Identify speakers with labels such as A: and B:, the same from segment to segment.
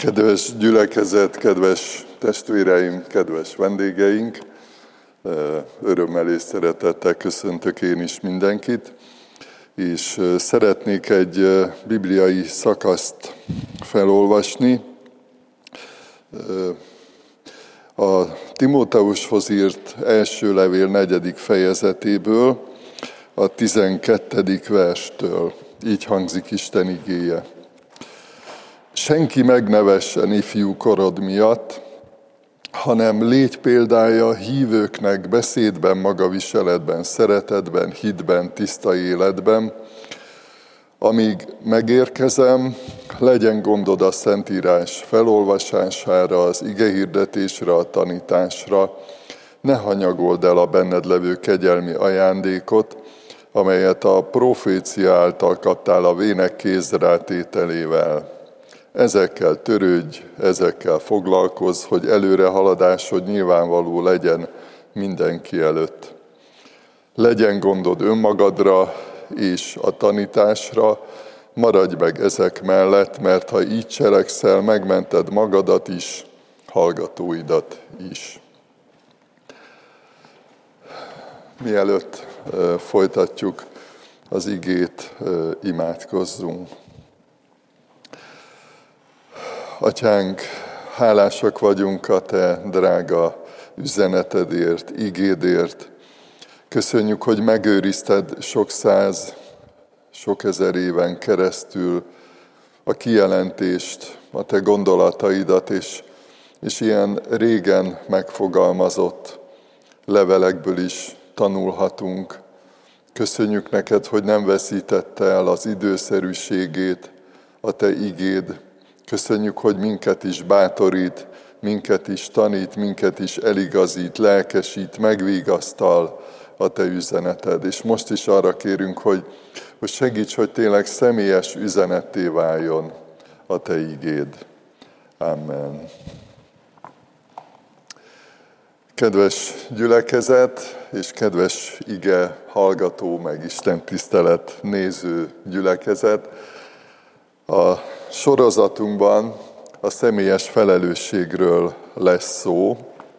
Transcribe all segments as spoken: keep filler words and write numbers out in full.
A: Kedves gyülekezet, kedves testvéreim, kedves vendégeink, örömmel és szeretettel köszöntök én is mindenkit, és szeretnék egy bibliai szakaszt felolvasni. A Timóteushoz írt első levél negyedik fejezetéből, a tizenkettedik verstől. Így hangzik Isten igéje. Senki meg ne vessen ifjú korod miatt, hanem légy példája hívőknek beszédben, magaviseletben, szeretetben, hitben, tiszta életben. Amíg megérkezem, legyen gondod a Szentírás felolvasására, az igehirdetésre, a tanításra. Ne hanyagold el a benned levő kegyelmi ajándékot, amelyet a profécia által kaptál a vének kézrátételével. Ezekkel törődj, ezekkel foglalkozz, hogy előre haladásod nyilvánvaló legyen mindenki előtt. Legyen gondod önmagadra és a tanításra, maradj meg ezek mellett, mert ha így cselekszel, megmented magadat is, hallgatóidat is. Mielőtt folytatjuk az igét, imádkozzunk. Atyánk, hálásak vagyunk a Te drága üzenetedért, igédért. Köszönjük, hogy megőrizted sok száz, sok ezer éven keresztül a kijelentést, a Te gondolataidat, és, és ilyen régen megfogalmazott levelekből is tanulhatunk. Köszönjük neked, hogy nem veszítette el az időszerűségét a Te igéd. Köszönjük, hogy minket is bátorít, minket is tanít, minket is eligazít, lelkesít, megvigasztal a Te üzeneted. És most is arra kérünk, hogy, hogy segíts, hogy tényleg személyes üzenetté váljon a Te igéd. Amen. Kedves gyülekezet, és kedves ige hallgató, meg Isten tisztelet néző gyülekezet, a sorozatunkban a személyes felelősségről lesz szó.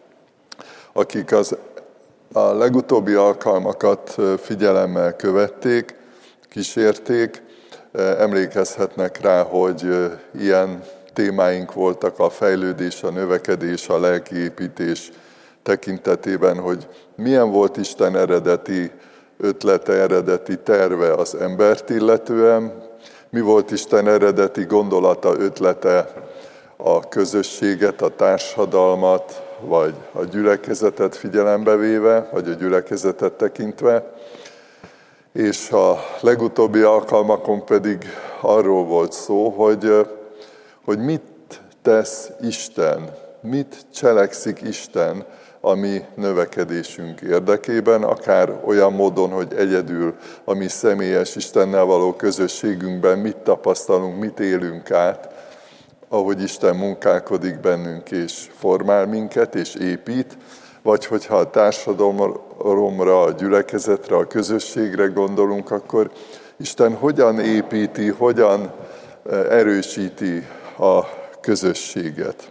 A: Akik az, a legutóbbi alkalmakat figyelemmel követték, kísérték, emlékezhetnek rá, hogy ilyen témáink voltak a fejlődés, a növekedés, a lelkiépítés tekintetében, hogy milyen volt Isten eredeti ötlete, eredeti terve az embert illetően, mi volt Isten eredeti gondolata, ötlete a közösséget, a társadalmat, vagy a gyülekezetet figyelembe véve, vagy a gyülekezetet tekintve. És a legutóbbi alkalmakon pedig arról volt szó, hogy, hogy mit tesz Isten, mit cselekszik Isten a mi növekedésünk érdekében, akár olyan módon, hogy egyedül a mi személyes Istennel való közösségünkben mit tapasztalunk, mit élünk át, ahogy Isten munkálkodik bennünk és formál minket és épít, vagy hogyha a társadalomra, a gyülekezetre, a közösségre gondolunk, akkor Isten hogyan építi, hogyan erősíti a közösséget.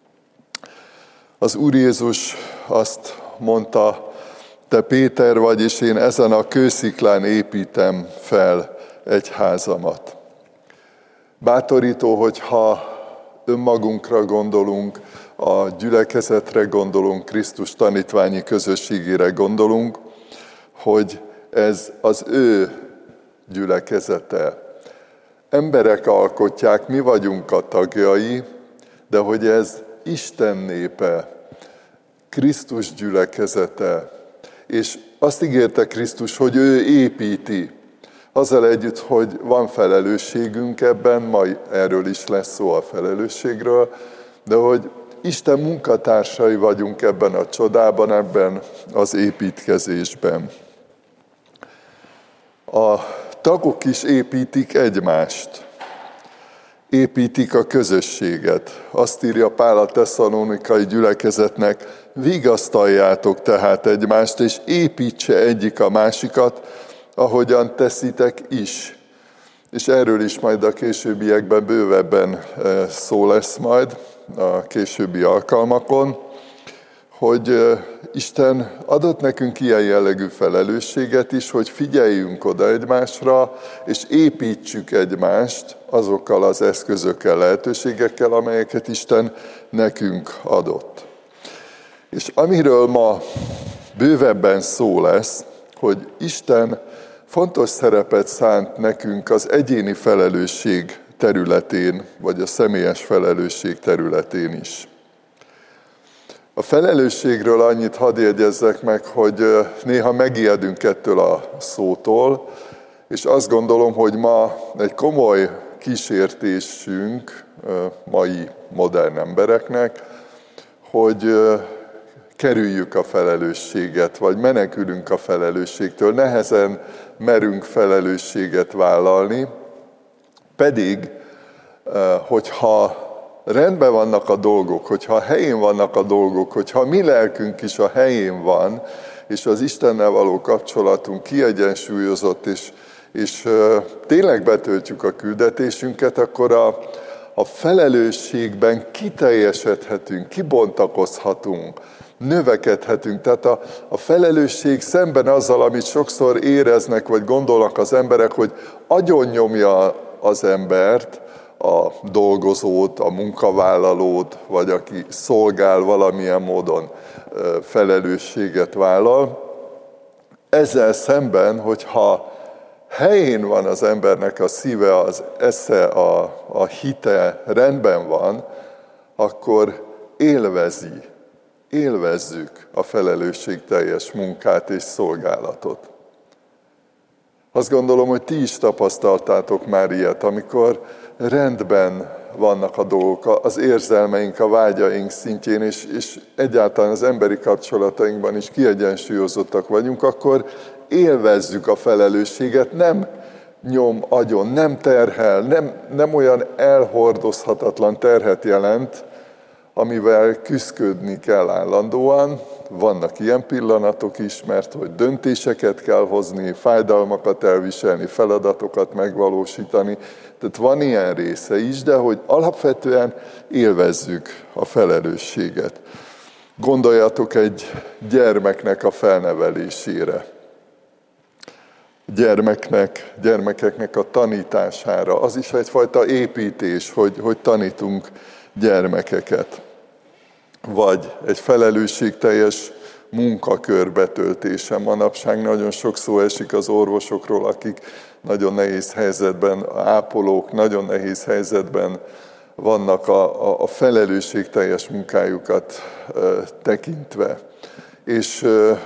A: Az Úr Jézus azt mondta, te Péter vagy, és én ezen a kősziklán építem fel egyházamat. Bátorító, hogyha önmagunkra gondolunk, a gyülekezetre gondolunk, Krisztus tanítványi közösségére gondolunk, hogy ez az ő gyülekezete. Emberek alkotják, mi vagyunk a tagjai, de hogy ez Isten népe, Krisztus gyülekezete, és azt ígérte Krisztus, hogy ő építi. Azzal együtt, hogy van felelősségünk ebben, majd erről is lesz szó a felelősségről, de hogy Isten munkatársai vagyunk ebben a csodában, ebben az építkezésben. A tagok is építik egymást. Építik a közösséget. Azt írja Pál a tesszalonikai gyülekezetnek, vigasztaljátok tehát egymást, és építse egyik a másikat, ahogyan teszitek is. és erről is majd a későbbiekben bővebben szó lesz majd a későbbi alkalmakon, hogy Isten adott nekünk ilyen jellegű felelősséget is, hogy figyeljünk oda egymásra, és építsük egymást azokkal az eszközökkel, lehetőségekkel, amelyeket Isten nekünk adott. És amiről ma bővebben szó lesz, hogy Isten fontos szerepet szánt nekünk az egyéni felelősség területén, vagy a személyes felelősség területén is. A felelősségről annyit hadd jegyezzek meg, hogy néha megijedünk ettől a szótól, és azt gondolom, hogy ma egy komoly kísértésünk mai modern embereknek, hogy kerüljük a felelősséget, vagy menekülünk a felelősségtől, nehezen merünk felelősséget vállalni, pedig, hogyha rendben vannak a dolgok, hogyha helyén vannak a dolgok, hogyha mi lelkünk is a helyén van, és az Istennel való kapcsolatunk kiegyensúlyozott, és, és tényleg betöltjük a küldetésünket, akkor a, a felelősségben kiteljesedhetünk, kibontakozhatunk, növekedhetünk. Tehát a, a felelősség szemben azzal, amit sokszor éreznek, vagy gondolnak az emberek, hogy agyonnyomja az embert, a dolgozót, a munkavállalót, vagy aki szolgál valamilyen módon felelősséget vállal. Ezzel szemben, hogyha helyén van az embernek a szíve, az esze, a, a hite rendben van, akkor élvezi, élvezzük a felelősségteljes munkát és szolgálatot. Azt gondolom, hogy ti is tapasztaltátok már ilyet, amikor rendben vannak a dolgok, az érzelmeink, a vágyaink szintjén, és, és egyáltalán az emberi kapcsolatainkban is kiegyensúlyozottak vagyunk, akkor élvezzük a felelősséget, nem nyom agyon, nem terhel, nem, nem olyan elhordozhatatlan terhet jelent, amivel küszködni kell állandóan. Vannak ilyen pillanatok is, mert hogy döntéseket kell hozni, fájdalmakat elviselni, feladatokat megvalósítani. Tehát van ilyen része is, de hogy alapvetően élvezzük a felelősséget. Gondoljatok egy gyermeknek a felnevelésére. Gyermeknek, gyermekeknek a tanítására. Az is egyfajta építés, hogy, hogy tanítunk gyermekeket. Vagy egy felelősségteljes munkakör betöltése. Manapság nagyon sok szó esik az orvosokról, akik nagyon nehéz helyzetben, ápolók nagyon nehéz helyzetben vannak a, a, a felelősségteljes munkájukat e, tekintve. És e,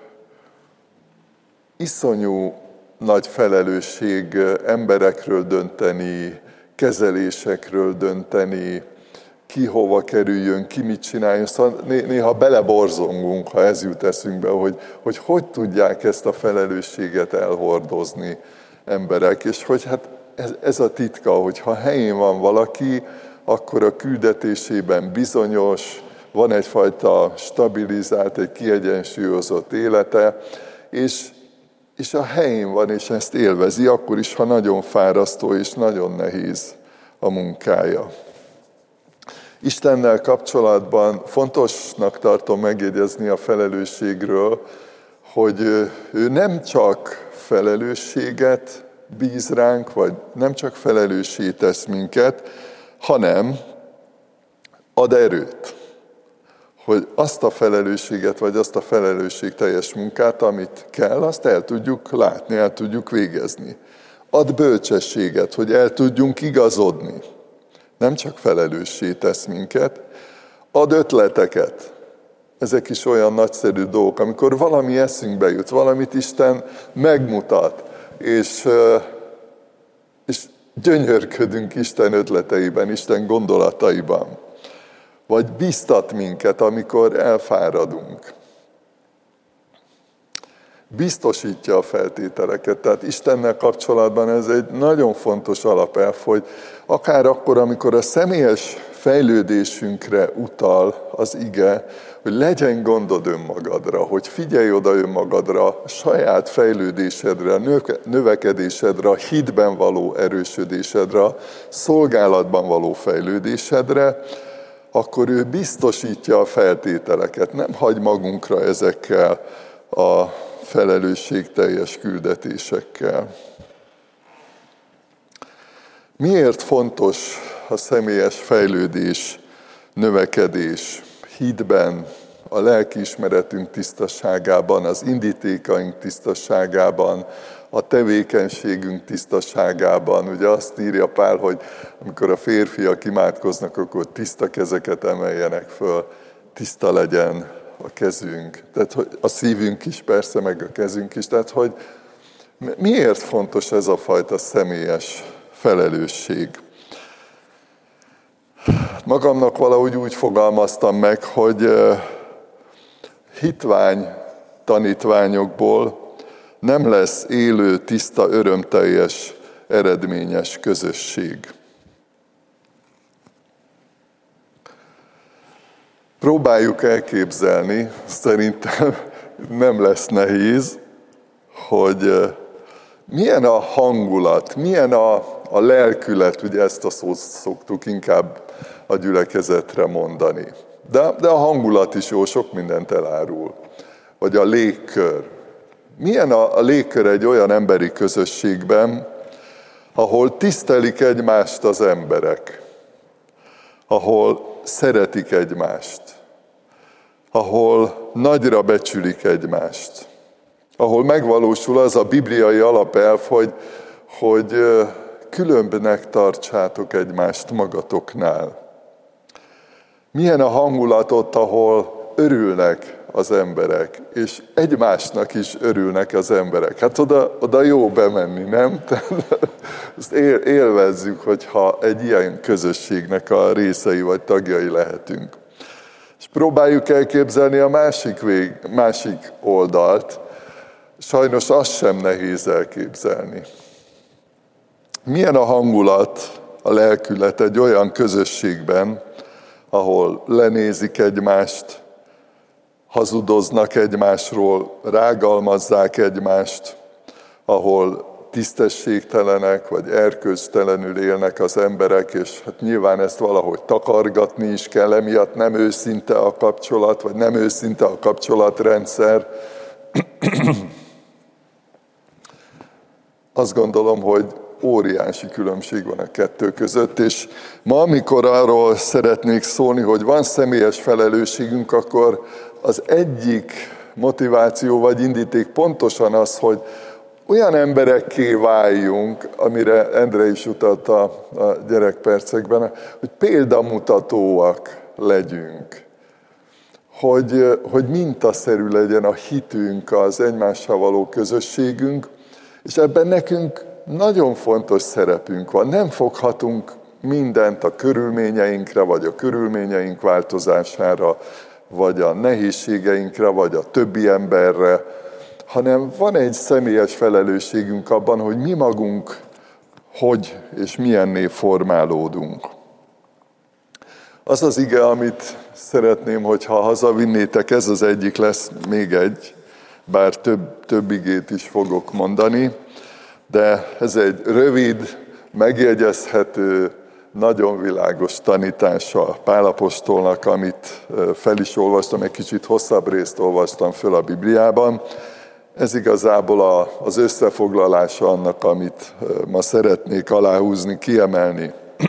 A: iszonyú nagy felelősség emberekről dönteni, kezelésekről dönteni, ki hova kerüljön, ki mit csináljon. Szóval néha beleborzongunk, ha ez jut eszünkbe, hogy, hogy hogy tudják ezt a felelősséget elhordozni emberek. És hogy hát ez, ez a titka, hogy ha helyén van valaki, akkor a küldetésében bizonyos, van egyfajta stabilizált, egy kiegyensúlyozott élete, és, és a helyén van, és ezt élvezi, akkor is, ha nagyon fárasztó és nagyon nehéz a munkája. Istennel kapcsolatban fontosnak tartom megjegyezni a felelősségről, hogy ő nem csak felelősséget bíz ránk, vagy nem csak felelőssé tesz minket, hanem ad erőt, hogy azt a felelősséget, vagy azt a felelősségteljes munkát, amit kell, azt el tudjuk látni, el tudjuk végezni. Ad bölcsességet, hogy el tudjunk igazodni. Nem csak felelőssé tesz minket, ad ötleteket. Ezek is olyan nagyszerű dolgok, amikor valami eszünkbe jut, valamit Isten megmutat, és, és gyönyörködünk Isten ötleteiben, Isten gondolataiban. Vagy biztat minket, amikor elfáradunk. Biztosítja a feltételeket. Tehát Istennel kapcsolatban ez egy nagyon fontos alapelv, hogy akár akkor, amikor a személyes fejlődésünkre utal az ige, hogy legyen gondod önmagadra, hogy figyelj oda önmagadra, a saját fejlődésedre, növekedésedre, a hitben való erősödésedre, szolgálatban való fejlődésedre, akkor ő biztosítja a feltételeket, nem hagy magunkra ezekkel a felelősségteljes küldetésekkel. Miért fontos a személyes fejlődés, növekedés hitben, a lelkiismeretünk tisztaságában, az indítékaink tisztaságában, a tevékenységünk tisztaságában? Ugye azt írja Pál, hogy amikor a férfiak imádkoznak, akkor tiszta kezeket emeljenek föl, tiszta legyen a kezünk. Tehát hogy a szívünk is persze, meg a kezünk is. Tehát hogy miért fontos ez a fajta személyes felelősség? Magamnak valahogy úgy fogalmaztam meg, hogy hitvány tanítványokból nem lesz élő, tiszta, örömteljes, eredményes közösség. Próbáljuk elképzelni, szerintem nem lesz nehéz, hogy milyen a hangulat, milyen a, a lelkület, ugye ezt a szót szoktuk inkább a gyülekezetre mondani. De, de a hangulat is jó, sok mindent elárul. Vagy a légkör. Milyen a, a légkör egy olyan emberi közösségben, ahol tisztelik egymást az emberek, ahol szeretik egymást, ahol nagyra becsülik egymást, ahol megvalósul az a bibliai alapelv, hogy, hogy különbnek tartsátok egymást magatoknál. Milyen a hangulat ott, ahol örülnek az emberek, és egymásnak is örülnek az emberek. Hát oda, oda jó bemenni, nem? Ezt él, élvezzük, hogyha egy ilyen közösségnek a részei vagy tagjai lehetünk. És próbáljuk elképzelni a másik, vég, másik oldalt. Sajnos azt sem nehéz elképzelni. Milyen a hangulat, a lelkület egy olyan közösségben, ahol lenézik egymást, hazudoznak egymásról, rágalmazzák egymást, ahol tisztességtelenek vagy erkölcstelenül élnek az emberek, és hát nyilván ezt valahogy takargatni is kell, emiatt nem őszinte a kapcsolat, vagy nem őszinte a kapcsolatrendszer. Azt gondolom, hogy óriási különbség van a kettő között, és ma, amikor arról szeretnék szólni, hogy van személyes felelősségünk, akkor az egyik motiváció vagy indíték pontosan az, hogy olyan emberekké váljunk, amire Endre is utalt a, a gyerekpercekben, hogy példamutatóak legyünk, hogy, hogy mintaszerű legyen a hitünk, az egymással való közösségünk, és ebben nekünk nagyon fontos szerepünk van. Nem foghatunk mindent a körülményeinkre, vagy a körülményeink változására, vagy a nehézségeinkre, vagy a többi emberre, hanem van egy személyes felelősségünk abban, hogy mi magunk hogy és milyenné formálódunk. Az az ige, amit szeretném, hogyha hazavinnétek, ez az egyik, lesz még egy, bár több, több igét is fogok mondani, de ez egy rövid, megjegyezhető, nagyon világos tanítása Pál apostolnak, amit fel is olvastam, egy kicsit hosszabb részt olvastam föl a Bibliában. Ez igazából az összefoglalása annak, amit ma szeretnék aláhúzni, kiemelni.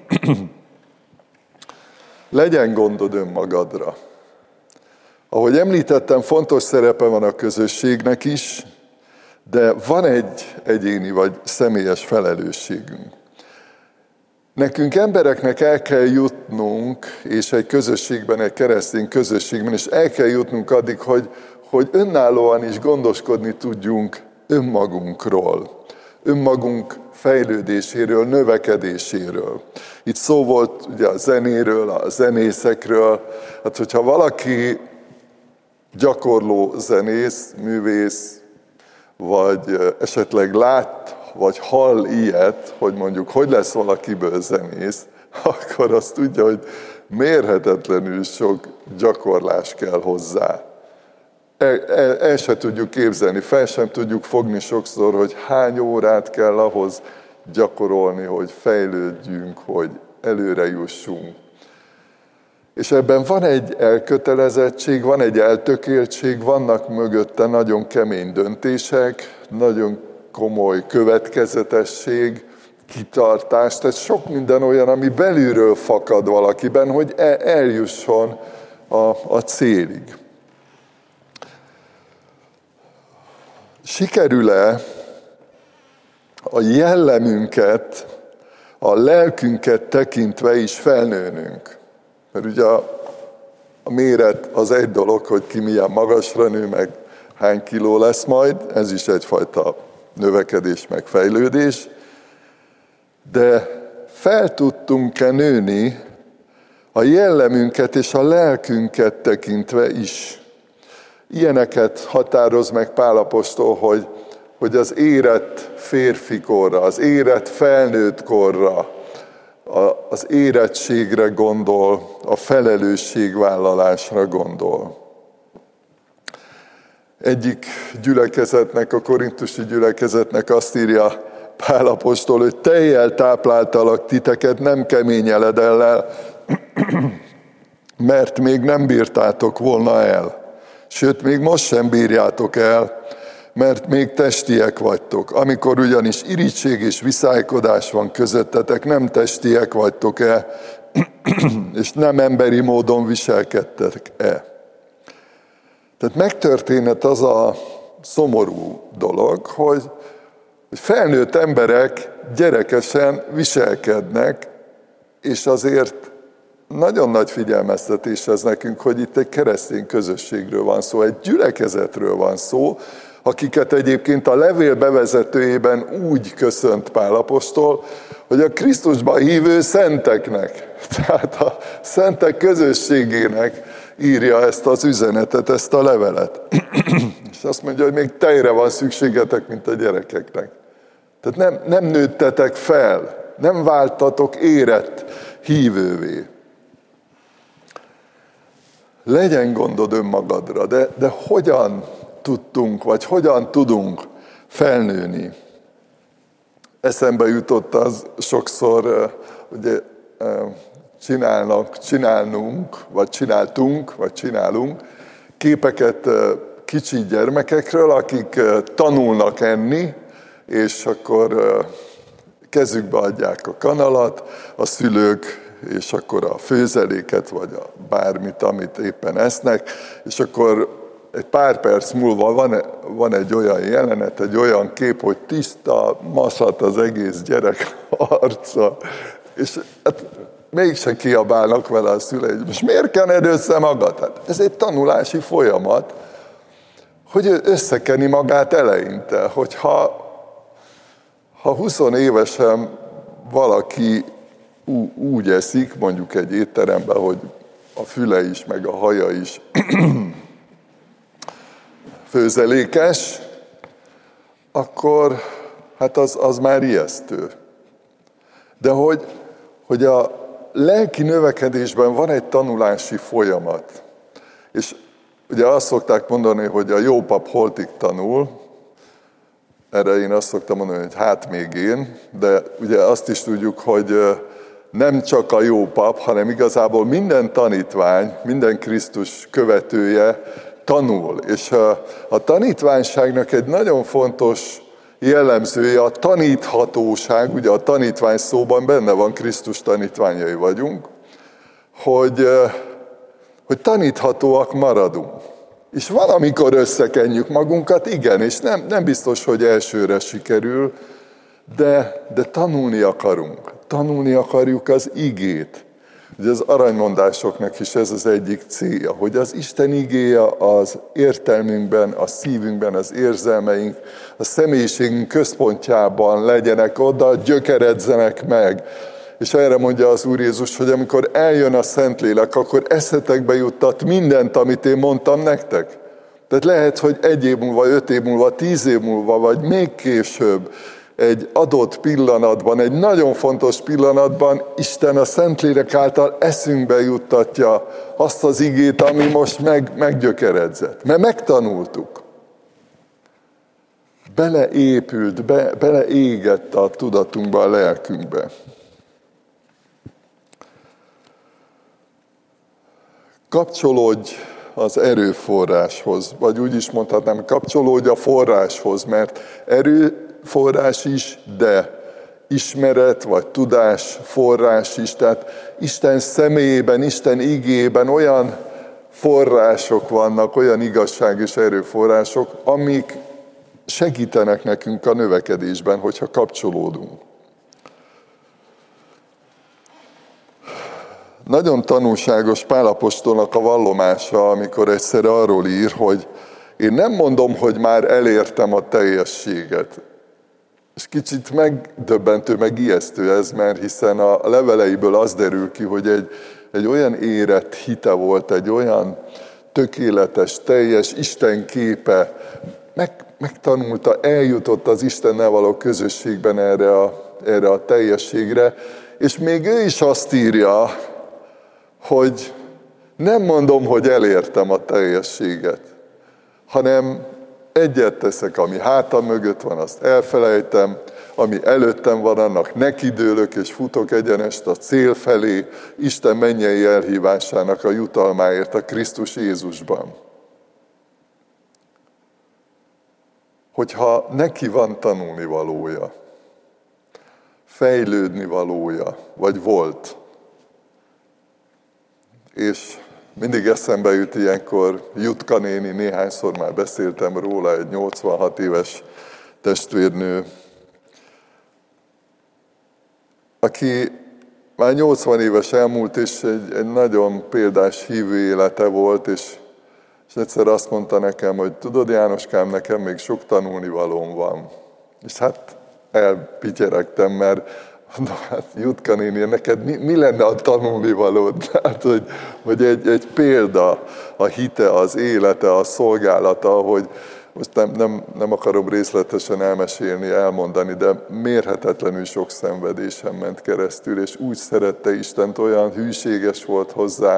A: Legyen gondod önmagadra. Ahogy említettem, fontos szerepe van a közösségnek is, de van egy egyéni vagy személyes felelősségünk. Nekünk embereknek el kell jutnunk, és egy közösségben, egy keresztény közösségben, és el kell jutnunk addig, hogy, hogy önállóan is gondoskodni tudjunk önmagunkról, önmagunk fejlődéséről, növekedéséről. Itt szó volt ugye a zenéről, a zenészekről. Hát, hogyha valaki gyakorló zenész, művész, vagy esetleg lát, vagy hall ilyet, hogy mondjuk, hogy lesz valakiből zenész, akkor azt tudja, hogy mérhetetlenül sok gyakorlás kell hozzá. El, el, el se tudjuk képzelni, fel sem tudjuk fogni sokszor, hogy hány órát kell ahhoz gyakorolni, hogy fejlődjünk, hogy előre jussunk. És ebben van egy elkötelezettség, van egy eltökéltség, vannak mögötte nagyon kemény döntések, nagyon komoly következetesség, kitartás, tehát sok minden olyan, ami belülről fakad valakiben, hogy eljusson a, a célig. Sikerül-e a jellemünket, a lelkünket tekintve is felnőnünk? Mert ugye a, a méret az egy dolog, hogy ki milyen magasra nő, meg hány kiló lesz majd, ez is egyfajta növekedés, meg fejlődés, de fel tudtunk-e nőni a jellemünket és a lelkünket tekintve is? Ilyeneket határoz meg Pál apostol, hogy, hogy az érett férfikorra, az érett felnőtt korra, az érettségre gondol, a felelősségvállalásra gondol. Egyik gyülekezetnek, a korintusi gyülekezetnek azt írja Pál apostol, hogy tejjel tápláltalak titeket, nem kemény eledellel, mert még nem bírtátok volna el. Sőt, még most sem bírjátok el, mert még testiek vagytok. Amikor ugyanis irigység és viszálykodás van közöttetek, nem testiek vagytok-e, és nem emberi módon viselkedtek-e. Tehát megtörténhet az a szomorú dolog, hogy felnőtt emberek gyerekesen viselkednek, és azért nagyon nagy figyelmeztetés ez nekünk, hogy itt egy keresztény közösségről van szó, egy gyülekezetről van szó, akiket egyébként a levél bevezetőjében úgy köszönt Pál apostol, hogy a Krisztusban hívő szenteknek, tehát a szentek közösségének írja ezt az üzenetet, ezt a levelet. És azt mondja, hogy még tejre van szükségetek, mint a gyerekeknek. Tehát nem, nem nőttetek fel, nem váltatok érett hívővé. Legyen gondod önmagadra, de, de hogyan tudtunk, vagy hogyan tudunk felnőni? Eszembe jutott az sokszor, ugye csinálnak, csinálnunk, vagy csináltunk, vagy csinálunk képeket kicsi gyermekekről, akik tanulnak enni, és akkor kezükbe adják a kanalat, a szülők, és akkor a főzeléket, vagy a bármit, amit éppen esznek, és akkor egy pár perc múlva van, van egy olyan jelenet, egy olyan kép, hogy tiszta, maszat az egész gyerek arca, és hát mégse kiabálnak vele a szülei, most miért kened össze magad? Hát ez egy tanulási folyamat, hogy összekeni magát eleinte, hogyha ha húsz évesen valaki úgy eszik, mondjuk egy étteremben, hogy a füle is, meg a haja is főzelékes, akkor hát az, az már ijesztő. De hogy, hogy a lelki növekedésben van egy tanulási folyamat. És ugye azt szokták mondani, hogy a jó pap holtig tanul, erre én azt szoktam mondani, hogy hát még én, de ugye azt is tudjuk, hogy nem csak a jó pap, hanem igazából minden tanítvány, minden Krisztus követője tanul. És a, a tanítványságnak egy nagyon fontos jellemzője a taníthatóság, ugye a tanítvány szóban benne van, Krisztus tanítványai vagyunk, hogy, hogy taníthatóak maradunk. És valamikor összekenjük magunkat, igen, és nem, nem biztos, hogy elsőre sikerül, de, de tanulni akarunk. Tanulni akarjuk az igét. Ugye az aranymondásoknak is ez az egyik célja, hogy az Isten igéje az értelmünkben, a szívünkben, az érzelmeink, a személyiségünk központjában legyenek oda, gyökeredzenek meg. És erre mondja az Úr Jézus, hogy amikor eljön a Szentlélek, akkor eszetekbe juttat mindent, amit én mondtam nektek. Tehát lehet, hogy egy év múlva, öt év múlva, tíz év múlva, vagy még később egy adott pillanatban, egy nagyon fontos pillanatban Isten a Szentlélek által eszünkbe juttatja azt az igét, ami most meg, meggyökeredzett. Mert megtanultuk. Beleépült, be, beleégett a tudatunkba, a lelkünkbe. Kapcsolódj az erőforráshoz, vagy úgy is mondhatnám, kapcsolódj a forráshoz, mert erőforrás is, de ismeret vagy tudás forrás is. Tehát Isten személyében, Isten igében olyan források vannak, olyan igazság és erőforrások, amik segítenek nekünk a növekedésben, hogyha kapcsolódunk. Nagyon tanulságos Pál apostolnak a vallomása, amikor egyszer arról ír, hogy én nem mondom, hogy már elértem a teljességet. És kicsit megdöbbentő, meg ijesztő ez, mert hiszen a leveleiből az derül ki, hogy egy, egy olyan érett hite volt, egy olyan tökéletes, teljes Isten képe, meg, megtanulta, eljutott az Istennel való közösségben erre a, erre a teljességre, és még ő is azt írja, hogy nem mondom, hogy elértem a teljességet, hanem egyet teszek, ami hátam mögött van, azt elfelejtem, ami előttem van, annak nekidőlök és futok egyenest a cél felé, Isten mennyei elhívásának a jutalmáért a Krisztus Jézusban. Hogyha neki van tanulni valója, fejlődni valója, vagy volt, és mindig eszembe jut ilyenkor Jutka néni, néhányszor már beszéltem róla, egy nyolcvanhat éves testvérnő, aki már nyolcvan éves elmúlt, és egy, egy nagyon példás hívő élete volt, és, és egyszer azt mondta nekem, hogy tudod Jánoskám, nekem még sok tanulnivalóm van. És hát elpityeregtem, mert mondom, hát Jutka néni, neked mi, mi lenne a tanulnivalód? Hát, hogy, hogy egy, egy példa, a hite, az élete, a szolgálata, hogy most nem, nem, nem akarom részletesen elmesélni, elmondani, de mérhetetlenül sok szenvedésen ment keresztül, és úgy szerette Istent, olyan hűséges volt hozzá.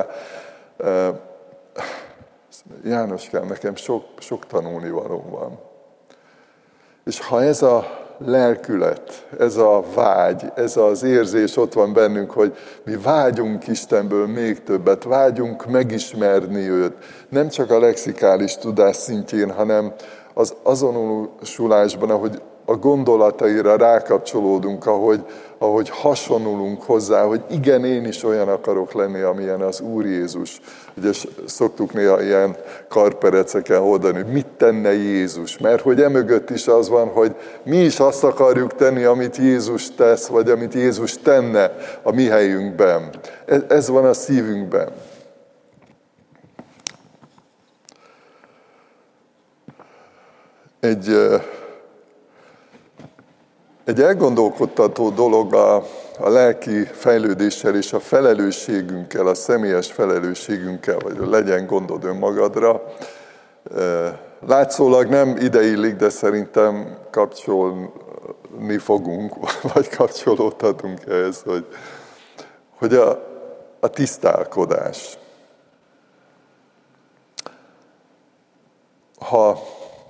A: Jánoskám, nekem sok, sok tanulnivalóm van. És ha ez a lelkület, ez a vágy, ez az érzés ott van bennünk, hogy mi vágyunk Istenből még többet, vágyunk megismerni őt, nem csak a lexikális tudás szintjén, hanem az azonosulásban, ahogy a gondolataira rákapcsolódunk, ahogy, ahogy hasonulunk hozzá, hogy igen, én is olyan akarok lenni, amilyen az Úr Jézus. Ugye szoktuk néha ilyen karpereceken hordani, hogy mit tenne Jézus, mert hogy emögött is az van, hogy mi is azt akarjuk tenni, amit Jézus tesz, vagy amit Jézus tenne a mi helyünkben. Ez, ez van a szívünkben. Egy... Egy elgondolkodtató dolog a, a lelki fejlődéssel és a felelősségünkkel, a személyes felelősségünkkel, vagy legyen gondod önmagadra. Látszólag nem ideillik, de szerintem kapcsolni fogunk, vagy kapcsolódhatunk ehhez, hogy, hogy a, a tisztálkodás. Ha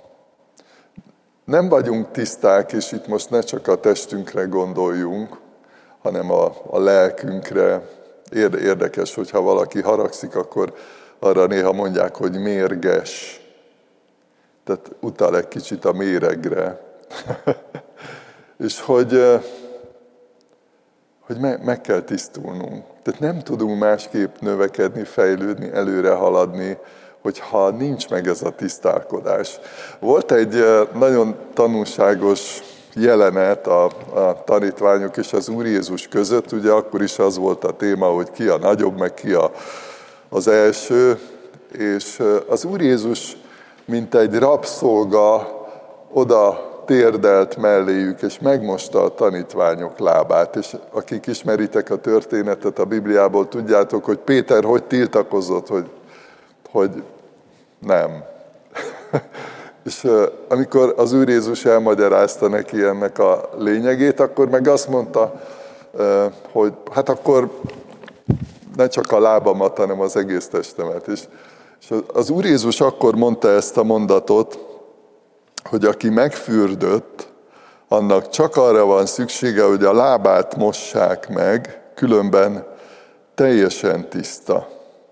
A: nem vagyunk tiszták, és itt most ne csak a testünkre gondoljunk, hanem a, a lelkünkre. Érdekes, hogyha valaki haragszik, akkor arra néha mondják, hogy mérges. Tehát utal egy kicsit a méregre. És hogy, hogy meg, meg kell tisztulnunk. Tehát nem tudunk másképp növekedni, fejlődni, előre haladni, hogyha nincs meg ez a tisztálkodás. Volt egy nagyon tanulságos jelenet a, a tanítványok és az Úr Jézus között, ugye akkor is az volt a téma, hogy ki a nagyobb, meg ki a, az első, és az Úr Jézus, mint egy rabszolga, oda térdelt melléjük, és megmosta a tanítványok lábát. És akik ismeritek a történetet a Bibliából, tudjátok, hogy Péter hogy tiltakozott, hogy hogy nem. És amikor az Úr Jézus elmagyarázta neki ennek a lényegét, akkor meg azt mondta, hogy hát akkor ne csak a lábamat, hanem az egész testemet is. És az Úr Jézus akkor mondta ezt a mondatot, hogy aki megfürdött, annak csak arra van szüksége, hogy a lábát mossák meg, különben teljesen tiszta.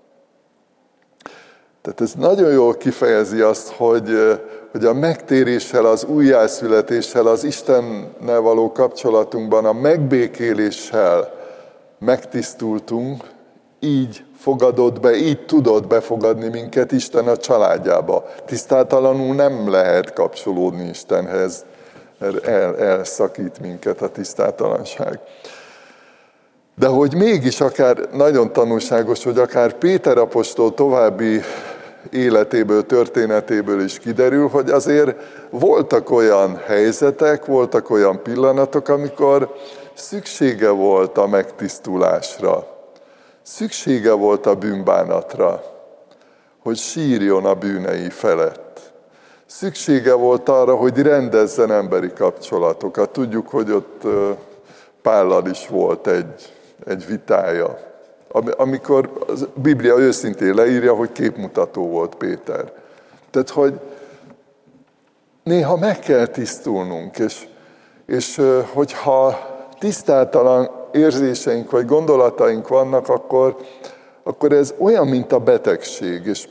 A: Tehát ez nagyon jól kifejezi azt, hogy, hogy a megtéréssel, az újjászületéssel, az Istennel való kapcsolatunkban, a megbékéléssel megtisztultunk, így fogadott be, így tudott befogadni minket Isten a családjába. Tisztátalanul nem lehet kapcsolódni Istenhez, mert el, elszakít minket a tisztátalanság. De hogy mégis akár nagyon tanulságos, hogy akár Péter apostol további életéből, történetéből is kiderül, hogy azért voltak olyan helyzetek, voltak olyan pillanatok, amikor szüksége volt a megtisztulásra. Szüksége volt a bűnbánatra, hogy sírjon a bűnei felett. Szüksége volt arra, hogy rendezzen emberi kapcsolatokat. Tudjuk, hogy ott Pállal is volt egy, egy vitája, amikor a Biblia őszintén leírja, hogy képmutató volt Péter. Tehát, hogy néha meg kell tisztulnunk, és, és hogyha tisztátalan érzéseink vagy gondolataink vannak, akkor, akkor ez olyan, mint a betegség, és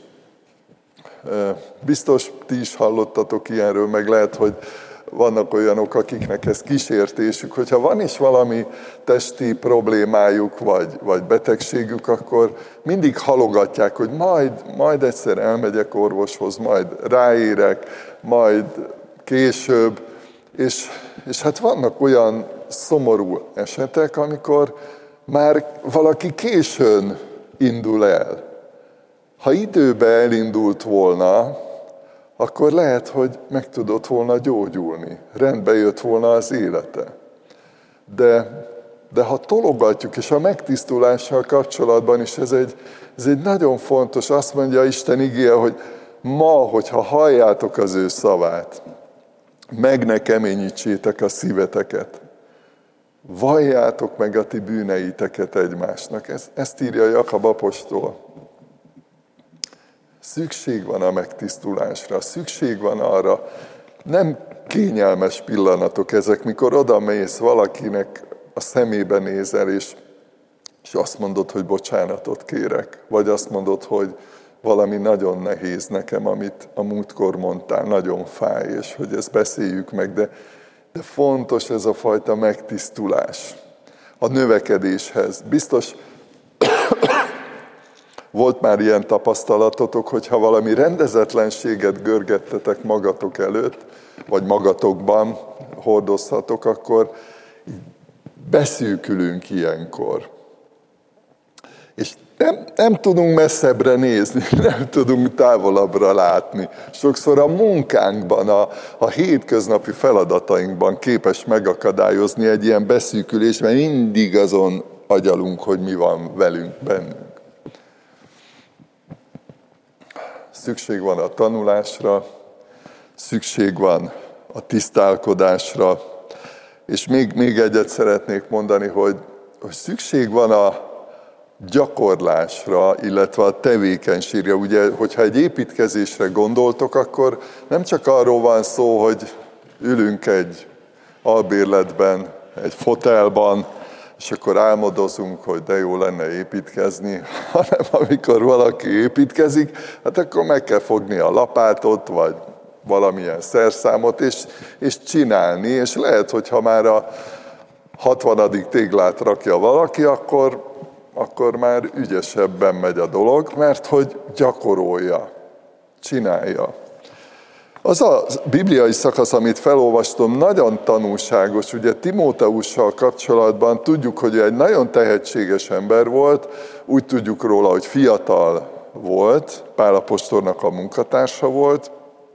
A: biztos ti is hallottatok ilyenről, meg lehet, hogy vannak olyanok, akiknek ez kísértésük, hogyha van is valami testi problémájuk, vagy, vagy betegségük, akkor mindig halogatják, hogy majd, majd egyszer elmegyek orvoshoz, majd ráérek, majd később, és, és hát vannak olyan szomorú esetek, amikor már valaki későn indul el. Ha időben elindult volna, akkor lehet, hogy meg tudott volna gyógyulni, rendbe jött volna az élete. De, de ha tologatjuk, és a megtisztulással kapcsolatban is ez egy, ez egy nagyon fontos, azt mondja Isten igéje, hogy ma, hogyha halljátok az ő szavát, meg ne keményítsétek a szíveteket, valljátok meg a ti bűneiteket egymásnak. Ez, ezt írja Jakab apostol. Szükség van a megtisztulásra, szükség van arra, nem kényelmes pillanatok ezek, mikor odamész valakinek a szemébe nézel, és, és azt mondod, hogy bocsánatot kérek, vagy azt mondod, hogy valami nagyon nehéz nekem, amit a múltkor mondtál, nagyon fáj, és hogy ezt beszéljük meg, de, de fontos ez a fajta megtisztulás a növekedéshez. Biztos volt már ilyen tapasztalatotok, hogyha valami rendezetlenséget görgettetek magatok előtt, vagy magatokban hordozhatok, akkor beszűkülünk ilyenkor. És nem, nem tudunk messzebbre nézni, nem tudunk távolabbra látni. Sokszor a munkánkban, a, a hétköznapi feladatainkban képes megakadályozni egy ilyen beszűkülés, mert mindig azon agyalunk, hogy mi van velünk, bennünk. Szükség van a tanulásra, szükség van a tisztálkodásra, és még, még egyet szeretnék mondani, hogy, hogy szükség van a gyakorlásra, illetve a tevékenységre. Ugye, hogyha egy építkezésre gondoltok, akkor nem csak arról van szó, hogy ülünk egy albérletben, egy fotelban, és akkor álmodozunk, hogy de jó lenne építkezni, hanem amikor valaki építkezik, hát akkor meg kell fogni a lapátot, vagy valamilyen szerszámot, és, és csinálni, és lehet, hogyha már a hatvanadik téglát rakja valaki, akkor, akkor már ügyesebben megy a dolog, mert hogy gyakorolja, csinálja. Az a bibliai szakasz, amit felolvastam, nagyon tanulságos. Ugye Timóteussal kapcsolatban tudjuk, hogy egy nagyon tehetséges ember volt, úgy tudjuk róla, hogy fiatal volt, Pál apostolnak a munkatársa volt,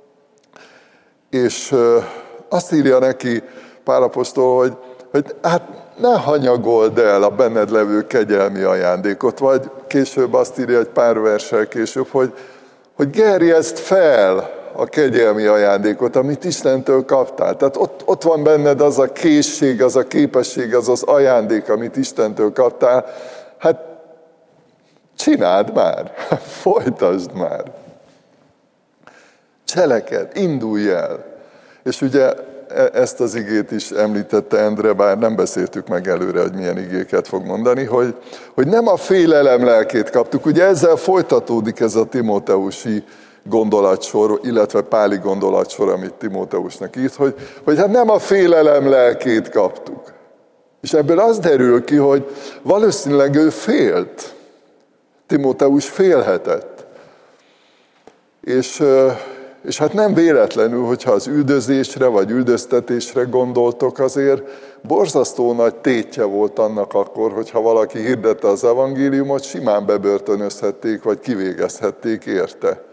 A: és azt írja neki Pál apostol, hogy, hogy hát ne hanyagold el a benned levő kegyelmi ajándékot, vagy később azt írja egy pár verssel később, hogy, hogy gerjezd fel a kegyelmi ajándékot, amit Istentől kaptál. Tehát ott, ott van benned az a készség, az a képesség, az az ajándék, amit Istentől kaptál. Hát csináld már, folytasd már. Cseleked, indulj el. És ugye ezt az igét is említette Endre, bár nem beszéltük meg előre, hogy milyen igéket fog mondani, hogy, hogy nem a félelem lelkét kaptuk. Ugye ezzel folytatódik ez a timóteusi gondolatsor, illetve páli gondolatsor, amit Timóteusnak írt, hogy, hogy hát nem a félelem lelkét kaptuk. És ebből az derül ki, hogy valószínűleg ő félt. Timóteus félhetett. És... És hát nem véletlenül, hogyha az üldözésre vagy üldöztetésre gondoltok, azért borzasztó nagy tétje volt annak akkor, hogyha valaki hirdette az evangéliumot, simán bebörtönözhették, vagy kivégezhették érte.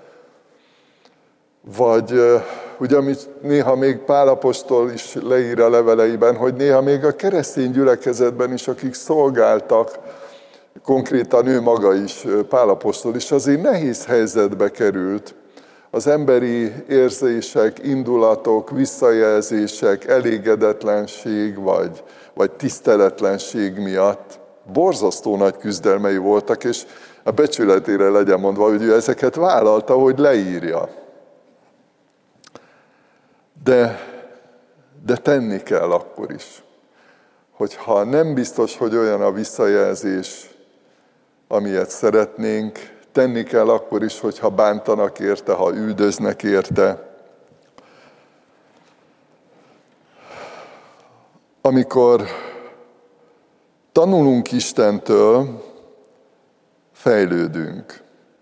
A: Vagy ugye, amit néha még Pál apostol is leír a leveleiben, hogy néha még a keresztény gyülekezetben is, akik szolgáltak, konkrétan ő maga is, Pál apostol is, azért nehéz helyzetbe került, az emberi érzések, indulatok, visszajelzések, elégedetlenség vagy, vagy tiszteletlenség miatt borzasztó nagy küzdelmei voltak, és a becsületére legyen mondva, hogy ő ezeket vállalta, hogy leírja. De, de tenni kell akkor is. Hogyha nem biztos, hogy olyan a visszajelzés, amilyet szeretnénk, tenni kell akkor is, hogyha bántanak érte, ha üldöznek érte. Amikor tanulunk Istentől, fejlődünk.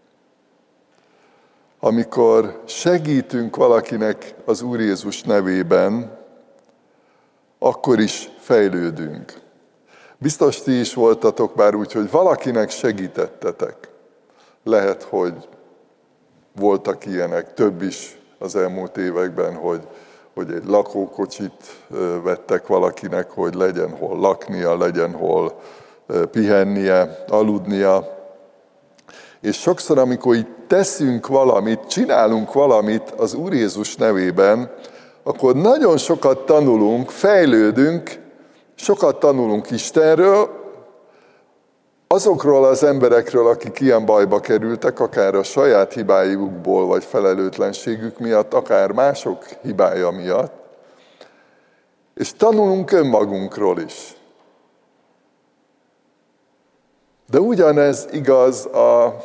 A: Amikor segítünk valakinek az Úr Jézus nevében, akkor is fejlődünk. Biztos ti is voltatok már úgy, hogy valakinek segítettetek. Lehet, hogy voltak ilyenek, több is az elmúlt években, hogy, hogy egy lakókocsit vettek valakinek, hogy legyen hol laknia, legyen hol pihennie, aludnia. És sokszor, amikor így teszünk valamit, csinálunk valamit az Úr Jézus nevében, akkor nagyon sokat tanulunk, fejlődünk, sokat tanulunk Istenről, azokról az emberekről, akik ilyen bajba kerültek, akár a saját hibájukból, vagy felelőtlenségük miatt, akár mások hibája miatt, és tanulunk önmagunkról is. De ugyanez igaz a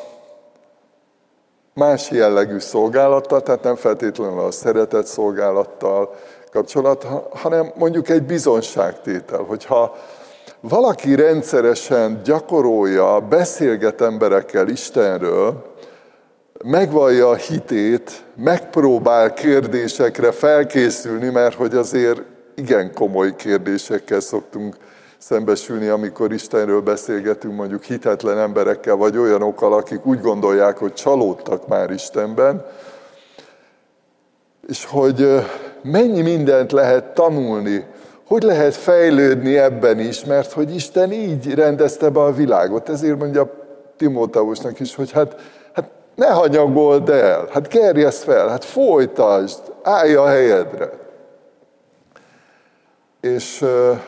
A: más jellegű szolgálattal, tehát nem feltétlenül a szeretet szolgálattal kapcsolat, hanem mondjuk egy bizonságtétel, hogyha valaki rendszeresen gyakorolja, beszélget emberekkel Istenről, megvallja a hitét, megpróbál kérdésekre felkészülni, mert hogy azért igen komoly kérdésekkel szoktunk szembesülni, amikor Istenről beszélgetünk mondjuk hitetlen emberekkel, vagy olyanokkal, akik úgy gondolják, hogy csalódtak már Istenben, és hogy mennyi mindent lehet tanulni, hogy lehet fejlődni ebben is, mert hogy Isten így rendezte be a világot. Ezért mondja Timóteusnak is, hogy hát, hát ne hanyagold el, hát gerjeszd fel, hát folytasd, állj a helyedre. És,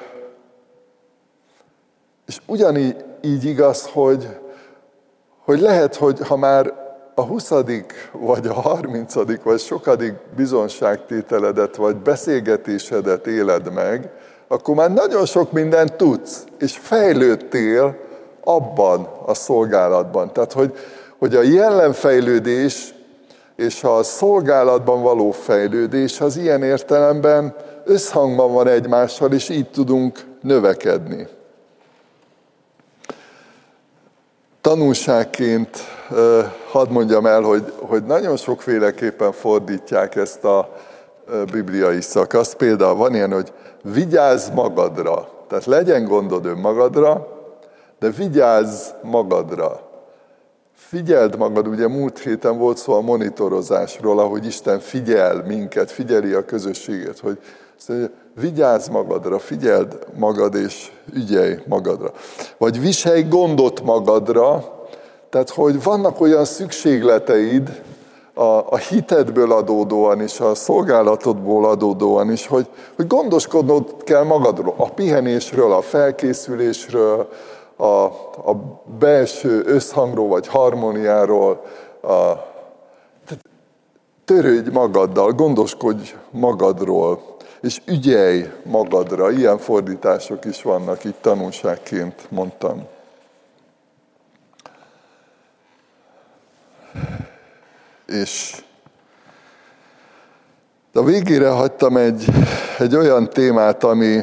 A: és ugyanígy így igaz, hogy, hogy lehet, hogy ha már a huszadik, vagy a harmincadik, vagy sokadik bizonságtételedet, vagy beszélgetésedet éled meg, akkor már nagyon sok mindent tudsz, és fejlődtél abban a szolgálatban. Tehát, hogy, hogy a jellemfejlődés és a szolgálatban való fejlődés az ilyen értelemben összhangban van egymással, és így tudunk növekedni. Tanulságként hadd mondjam el, hogy, hogy nagyon sokféleképpen fordítják ezt a bibliai szakaszt. Például van ilyen, hogy vigyázz magadra. Tehát legyen gondod önmagadra, de vigyázz magadra. Figyeld magad, ugye múlt héten volt szó a monitorozásról, ahogy Isten figyel minket, figyeli a közösséget, hogy vigyázz magadra, figyeld magad és ügyelj magadra. Vagy viselj gondot magadra, tehát hogy vannak olyan szükségleteid, a, a hitedből adódóan is, a szolgálatodból adódóan is, hogy, hogy gondoskodnod kell magadról, a pihenésről, a felkészülésről, a, a belső összhangról vagy harmóniáról, a, törődj magaddal, gondoskodj magadról, és ügyelj magadra. Ilyen fordítások is vannak, itt tanulságként mondtam. És a végére hagytam egy, egy olyan témát, ami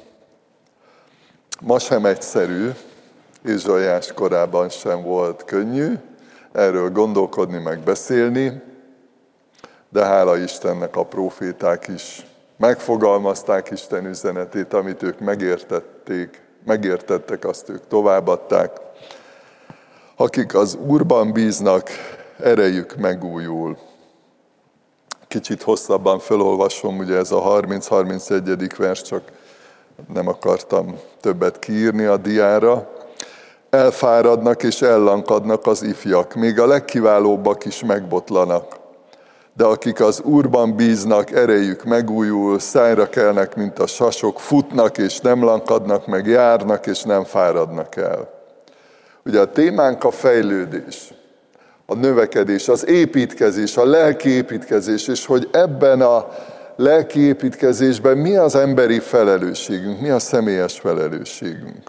A: ma sem egyszerű, Ézsaiás korában sem volt könnyű erről gondolkodni, meg beszélni, de hála Istennek a próféták is megfogalmazták Isten üzenetét, amit ők megértették, megértettek, azt ők továbbadták. Akik az Úrban bíznak, erejük megújul. Kicsit hosszabban felolvasom, ugye ez a harminc-harmincegyedik vers, csak nem akartam többet kiírni a diára. Elfáradnak és ellankadnak az ifjak, még a legkiválóbbak is megbotlanak. De akik az Úrban bíznak, erejük megújul, szájra kelnek, mint a sasok, futnak és nem lankadnak, meg járnak és nem fáradnak el. Ugye a témánk a fejlődés, a növekedés, az építkezés, a lelki építkezés, és hogy ebben a lelki építkezésben mi az emberi felelősségünk, mi a személyes felelősségünk.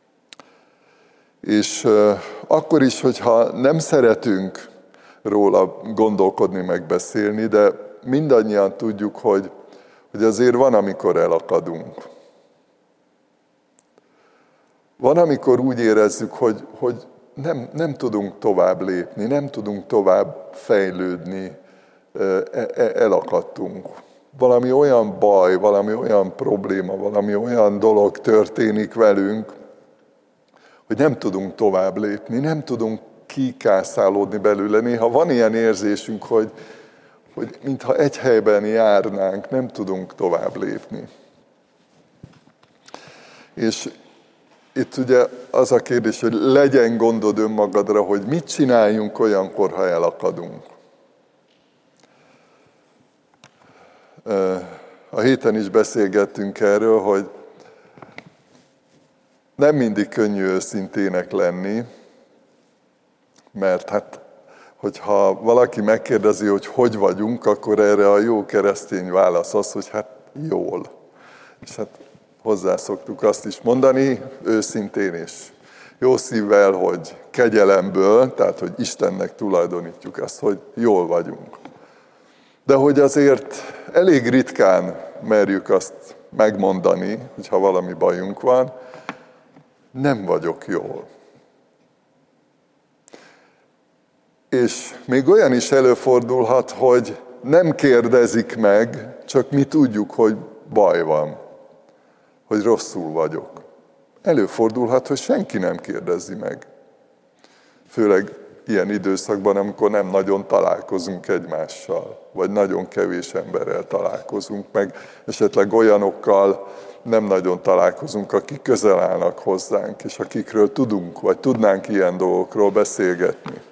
A: És uh, akkor is, hogyha nem szeretünk róla gondolkodni, megbeszélni, de mindannyian tudjuk, hogy, hogy azért van, amikor elakadunk. Van, amikor úgy érezzük, hogy, hogy nem, nem tudunk tovább lépni, nem tudunk tovább fejlődni, elakadtunk. Valami olyan baj, valami olyan probléma, valami olyan dolog történik velünk, hogy nem tudunk tovább lépni, nem tudunk kikászálódni belőle. Néha van ilyen érzésünk, hogy, hogy mintha egy helyben járnánk, nem tudunk tovább lépni. És itt ugye az a kérdés, hogy legyen gondod önmagadra, hogy mit csináljunk olyankor, ha elakadunk. A héten is beszélgettünk erről, hogy nem mindig könnyű őszintének lenni, mert hát, hogyha valaki megkérdezi, hogy hogy vagyunk, akkor erre a jó keresztény válasz az, hogy hát jól. És hát hozzászoktuk azt is mondani, őszintén és jó szívvel, hogy kegyelemből, tehát hogy Istennek tulajdonítjuk azt, hogy jól vagyunk. De hogy azért elég ritkán merjük azt megmondani, hogyha valami bajunk van, nem vagyok jól. És még olyan is előfordulhat, hogy nem kérdezik meg, csak mi tudjuk, hogy baj van, hogy rosszul vagyok. Előfordulhat, hogy senki nem kérdezi meg. Főleg ilyen időszakban, amikor nem nagyon találkozunk egymással, vagy nagyon kevés emberrel találkozunk meg, esetleg olyanokkal nem nagyon találkozunk, akik közel állnak hozzánk, és akikről tudunk, vagy tudnánk ilyen dolgokról beszélgetni.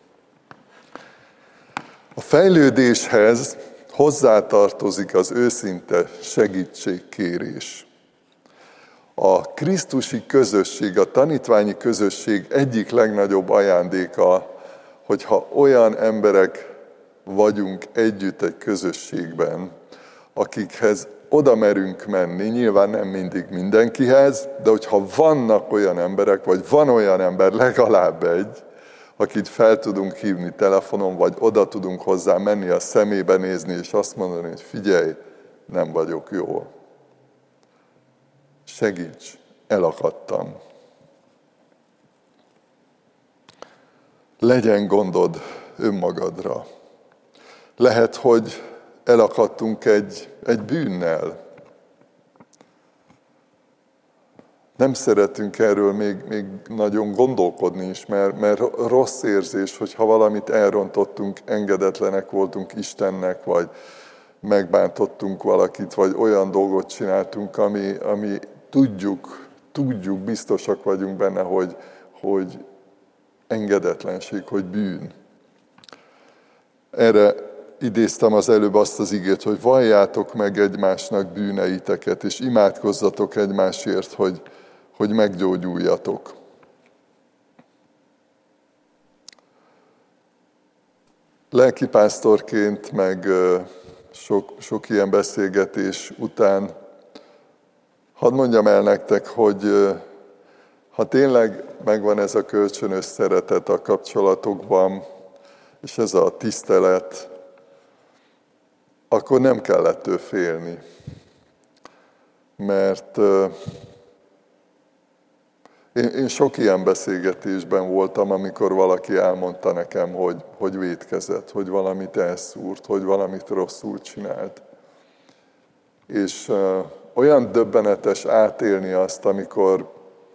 A: A fejlődéshez hozzátartozik az őszinte segítségkérés. A krisztusi közösség, a tanítványi közösség egyik legnagyobb ajándéka, hogyha olyan emberek vagyunk együtt egy közösségben, akikhez oda merünk menni, nyilván nem mindig mindenkihez, de hogyha vannak olyan emberek, vagy van olyan ember, legalább egy, akit fel tudunk hívni telefonon, vagy oda tudunk hozzá menni, a szemébe nézni, és azt mondani, hogy figyelj, nem vagyok jól. Segíts, elakadtam. Legyen gondod önmagadra. Lehet, hogy elakadtunk egy, egy bűnnel. Nem szeretünk erről még, még nagyon gondolkodni is, mert, mert rossz érzés, hogyha valamit elrontottunk, engedetlenek voltunk Istennek, vagy megbántottunk valakit, vagy olyan dolgot csináltunk, ami, ami tudjuk, tudjuk, biztosak vagyunk benne, hogy, hogy engedetlenség, hogy bűn. Erre idéztem az előbb azt az igét, hogy valljátok meg egymásnak bűneiteket, és imádkozzatok egymásért, hogy, hogy meggyógyuljatok. Lelkipásztorként, meg sok, sok ilyen beszélgetés után hadd mondjam el nektek, hogy ha tényleg megvan ez a kölcsönös szeretet a kapcsolatokban, és ez a tisztelet, akkor nem kell ettől félni. Mert én, én sok ilyen beszélgetésben voltam, amikor valaki elmondta nekem, hogy, hogy vétkezett, hogy valamit elszúrt, hogy valamit rosszul csinált. És uh, olyan döbbenetes átélni azt, amikor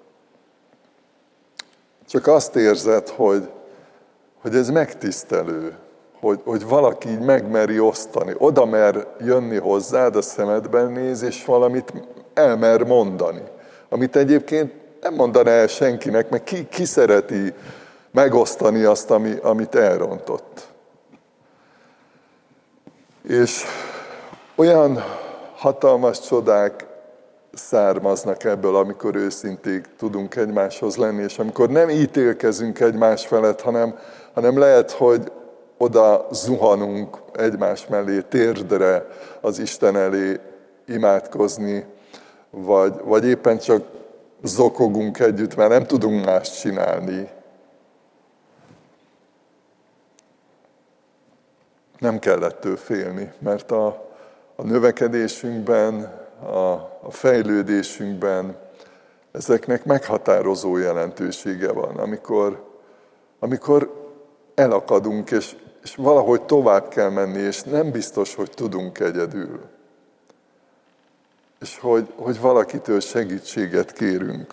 A: csak azt érzed, hogy, hogy ez megtisztelő, hogy, hogy valaki így megmeri osztani, oda mer jönni hozzád, a szemedben néz, és valamit elmer mondani, amit egyébként nem mondaná el senkinek, meg ki, ki szereti megosztani azt, ami, amit elrontott. És olyan hatalmas csodák származnak ebből, amikor őszinték tudunk egymáshoz lenni, és amikor nem ítélkezünk egymás felett, hanem, hanem lehet, hogy oda zuhanunk egymás mellé, térdre az Isten elé imádkozni, vagy, vagy éppen csak zokogunk együtt, mert nem tudunk mást csinálni. Nem kell ettől félni, mert a, a növekedésünkben, a, a fejlődésünkben ezeknek meghatározó jelentősége van, amikor, amikor elakadunk, és, és valahogy tovább kell menni, és nem biztos, hogy tudunk egyedül. És hogy, hogy valakitől segítséget kérünk.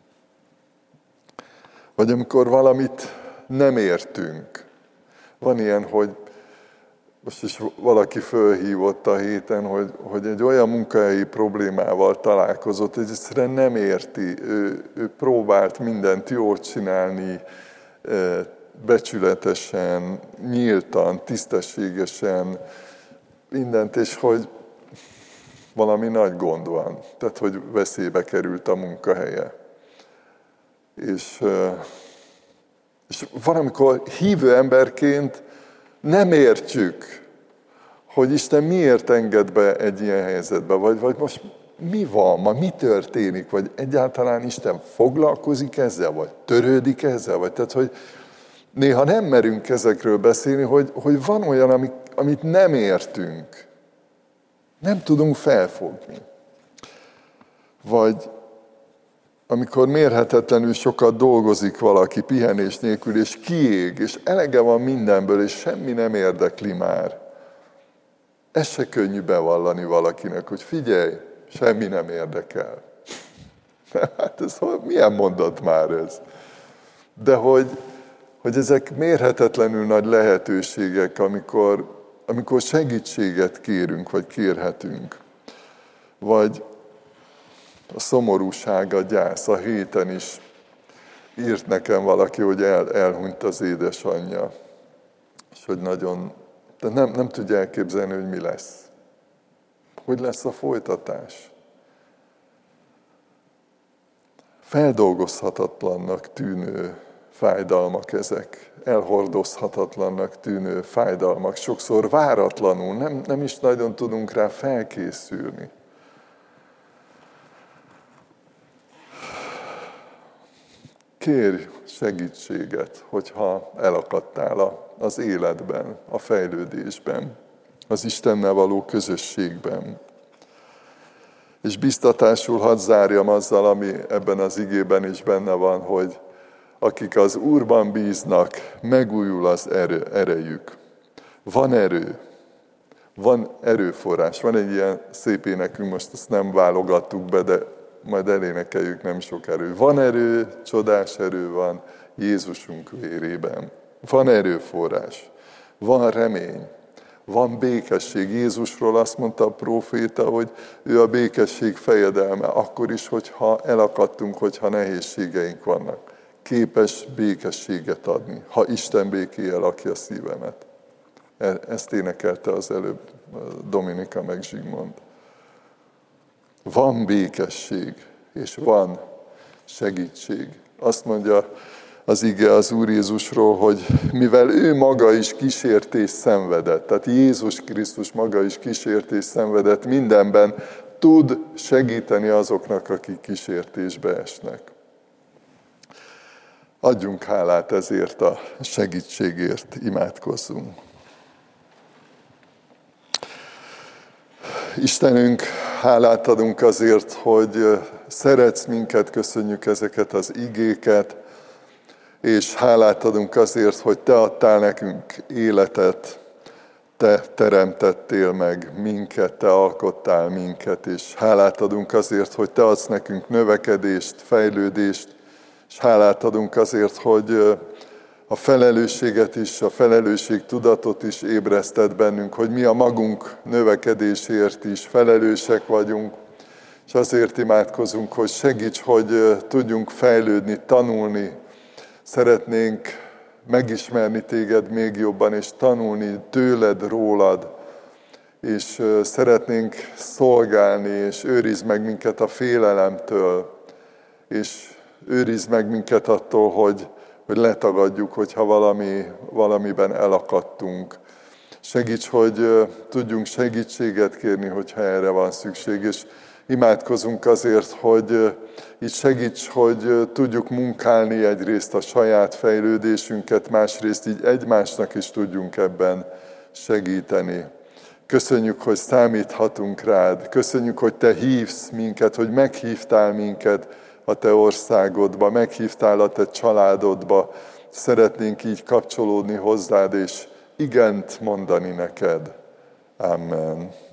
A: Vagy amikor valamit nem értünk. Van ilyen, hogy most is valaki fölhívott a héten, hogy, hogy egy olyan munkahelyi problémával találkozott, hogy egyszerűen nem érti. Ő, ő próbált mindent jól csinálni, becsületesen, nyíltan, tisztességesen, mindent, és hogy valami nagy gond van. Tehát, hogy veszélybe került a munkahelye. És, és valamikor hívő emberként nem értjük, hogy Isten miért enged be egy ilyen helyzetbe, vagy, vagy most mi van, ma mi történik, vagy egyáltalán Isten foglalkozik ezzel, vagy törődik ezzel, vagy tehát, hogy néha nem merünk ezekről beszélni, hogy, hogy van olyan, amit, amit nem értünk, nem tudunk felfogni. Vagy amikor mérhetetlenül sokat dolgozik valaki pihenés nélkül, és kiég, és elege van mindenből, és semmi nem érdekli már. Ez se könnyű bevallani valakinek, hogy figyelj, semmi nem érdekel. Hát ez milyen mondat már ez? De hogy, hogy ezek mérhetetlenül nagy lehetőségek, amikor, amikor segítséget kérünk, vagy kérhetünk. Vagy a szomorúság, a gyász. A héten is írt nekem valaki, hogy el, elhunyt az édesanyja. És hogy nagyon, de nem, nem tudja elképzelni, hogy mi lesz. Hogy lesz a folytatás. Feldolgozhatatlannak tűnő fájdalmak ezek. Elhordozhatatlannak tűnő fájdalmak. Sokszor váratlanul, nem, nem is nagyon tudunk rá felkészülni. Kérj segítséget, hogyha elakadtál az életben, a fejlődésben, az Istennel való közösségben. És biztatásul hadd zárjam azzal, ami ebben az igében is benne van, hogy akik az Úrban bíznak, megújul az erő, erejük. Van erő, van erőforrás. Van egy ilyen szép énekünk, most ezt nem válogattuk be, de majd elénekeljük, nem sok erő. Van erő, csodás erő van Jézusunk vérében. Van erőforrás, van remény, van békesség. Jézusról azt mondta a próféta, hogy ő a békesség fejedelme, akkor is, hogyha elakadtunk, hogyha nehézségeink vannak. Képes békességet adni, ha Isten békéje lakja a szívemet. Ezt énekelte az előbb Dominika meg Zsigmond. Van békesség, és van segítség. Azt mondja az ige az Úr Jézusról, hogy mivel ő maga is kísértést szenvedett, tehát Jézus Krisztus maga is kísértést szenvedett, mindenben tud segíteni azoknak, akik kísértésbe esnek. Adjunk hálát ezért a segítségért, imádkozzunk. Istenünk, hálát adunk azért, hogy szeretsz minket, köszönjük ezeket az igéket, és hálát adunk azért, hogy Te adtál nekünk életet, Te teremtettél meg minket, Te alkottál minket, és hálát adunk azért, hogy Te adsz nekünk növekedést, fejlődést, és hálát adunk azért, hogy a felelősséget is, a felelősség tudatot is ébresztett bennünk, hogy mi a magunk növekedésért is felelősek vagyunk, és azért imádkozunk, hogy segíts, hogy tudjunk fejlődni, tanulni. Szeretnénk megismerni Téged még jobban, és tanulni tőled, rólad, és szeretnénk szolgálni, és őrizd meg minket a félelemtől, és őrizd meg minket attól, hogy hogy letagadjuk, hogyha valami, valamiben elakadtunk. Segíts, hogy tudjunk segítséget kérni, hogyha erre van szükség, és imádkozunk azért, hogy így segíts, hogy tudjuk munkálni egyrészt a saját fejlődésünket, másrészt így egymásnak is tudjunk ebben segíteni. Köszönjük, hogy számíthatunk rád, köszönjük, hogy Te hívsz minket, hogy meghívtál minket a Te országodba, meghívtál a Te családodba, szeretnénk így kapcsolódni hozzád, és igent mondani neked. Amen.